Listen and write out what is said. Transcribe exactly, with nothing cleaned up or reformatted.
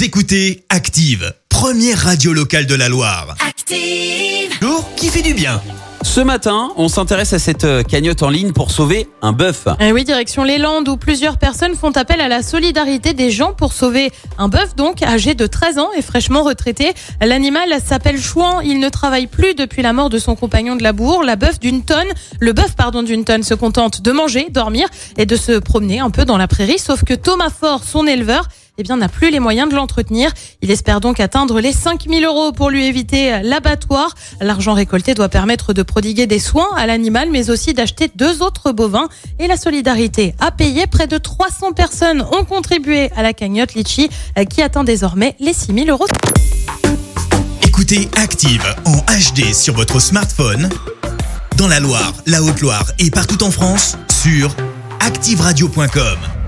Vous écoutez Active, première radio locale de la Loire. Active. Jour qui fait du bien. Ce matin, on s'intéresse à cette cagnotte en ligne pour sauver un bœuf. Eh oui, direction les Landes où plusieurs personnes font appel à la solidarité des gens pour sauver un bœuf, donc âgé de treize ans et fraîchement retraité. L'animal s'appelle Chouan. Il ne travaille plus depuis la mort de son compagnon de labour. La bœuf d'une tonne, le bœuf pardon d'une tonne se contente de manger, dormir et de se promener un peu dans la prairie. Sauf que Thomas Fort, son éleveur, eh bien, n'a plus les moyens de l'entretenir. Il espère donc atteindre les cinq mille euros pour lui éviter l'abattoir. L'argent récolté doit permettre de prodiguer des soins à l'animal, mais aussi d'acheter deux autres bovins. Et la solidarité a payé. Près de trois cents personnes ont contribué à la cagnotte Litchi, qui atteint désormais les six mille euros. Écoutez Active en H D sur votre smartphone, dans la Loire, la Haute-Loire et partout en France, sur active radio point com.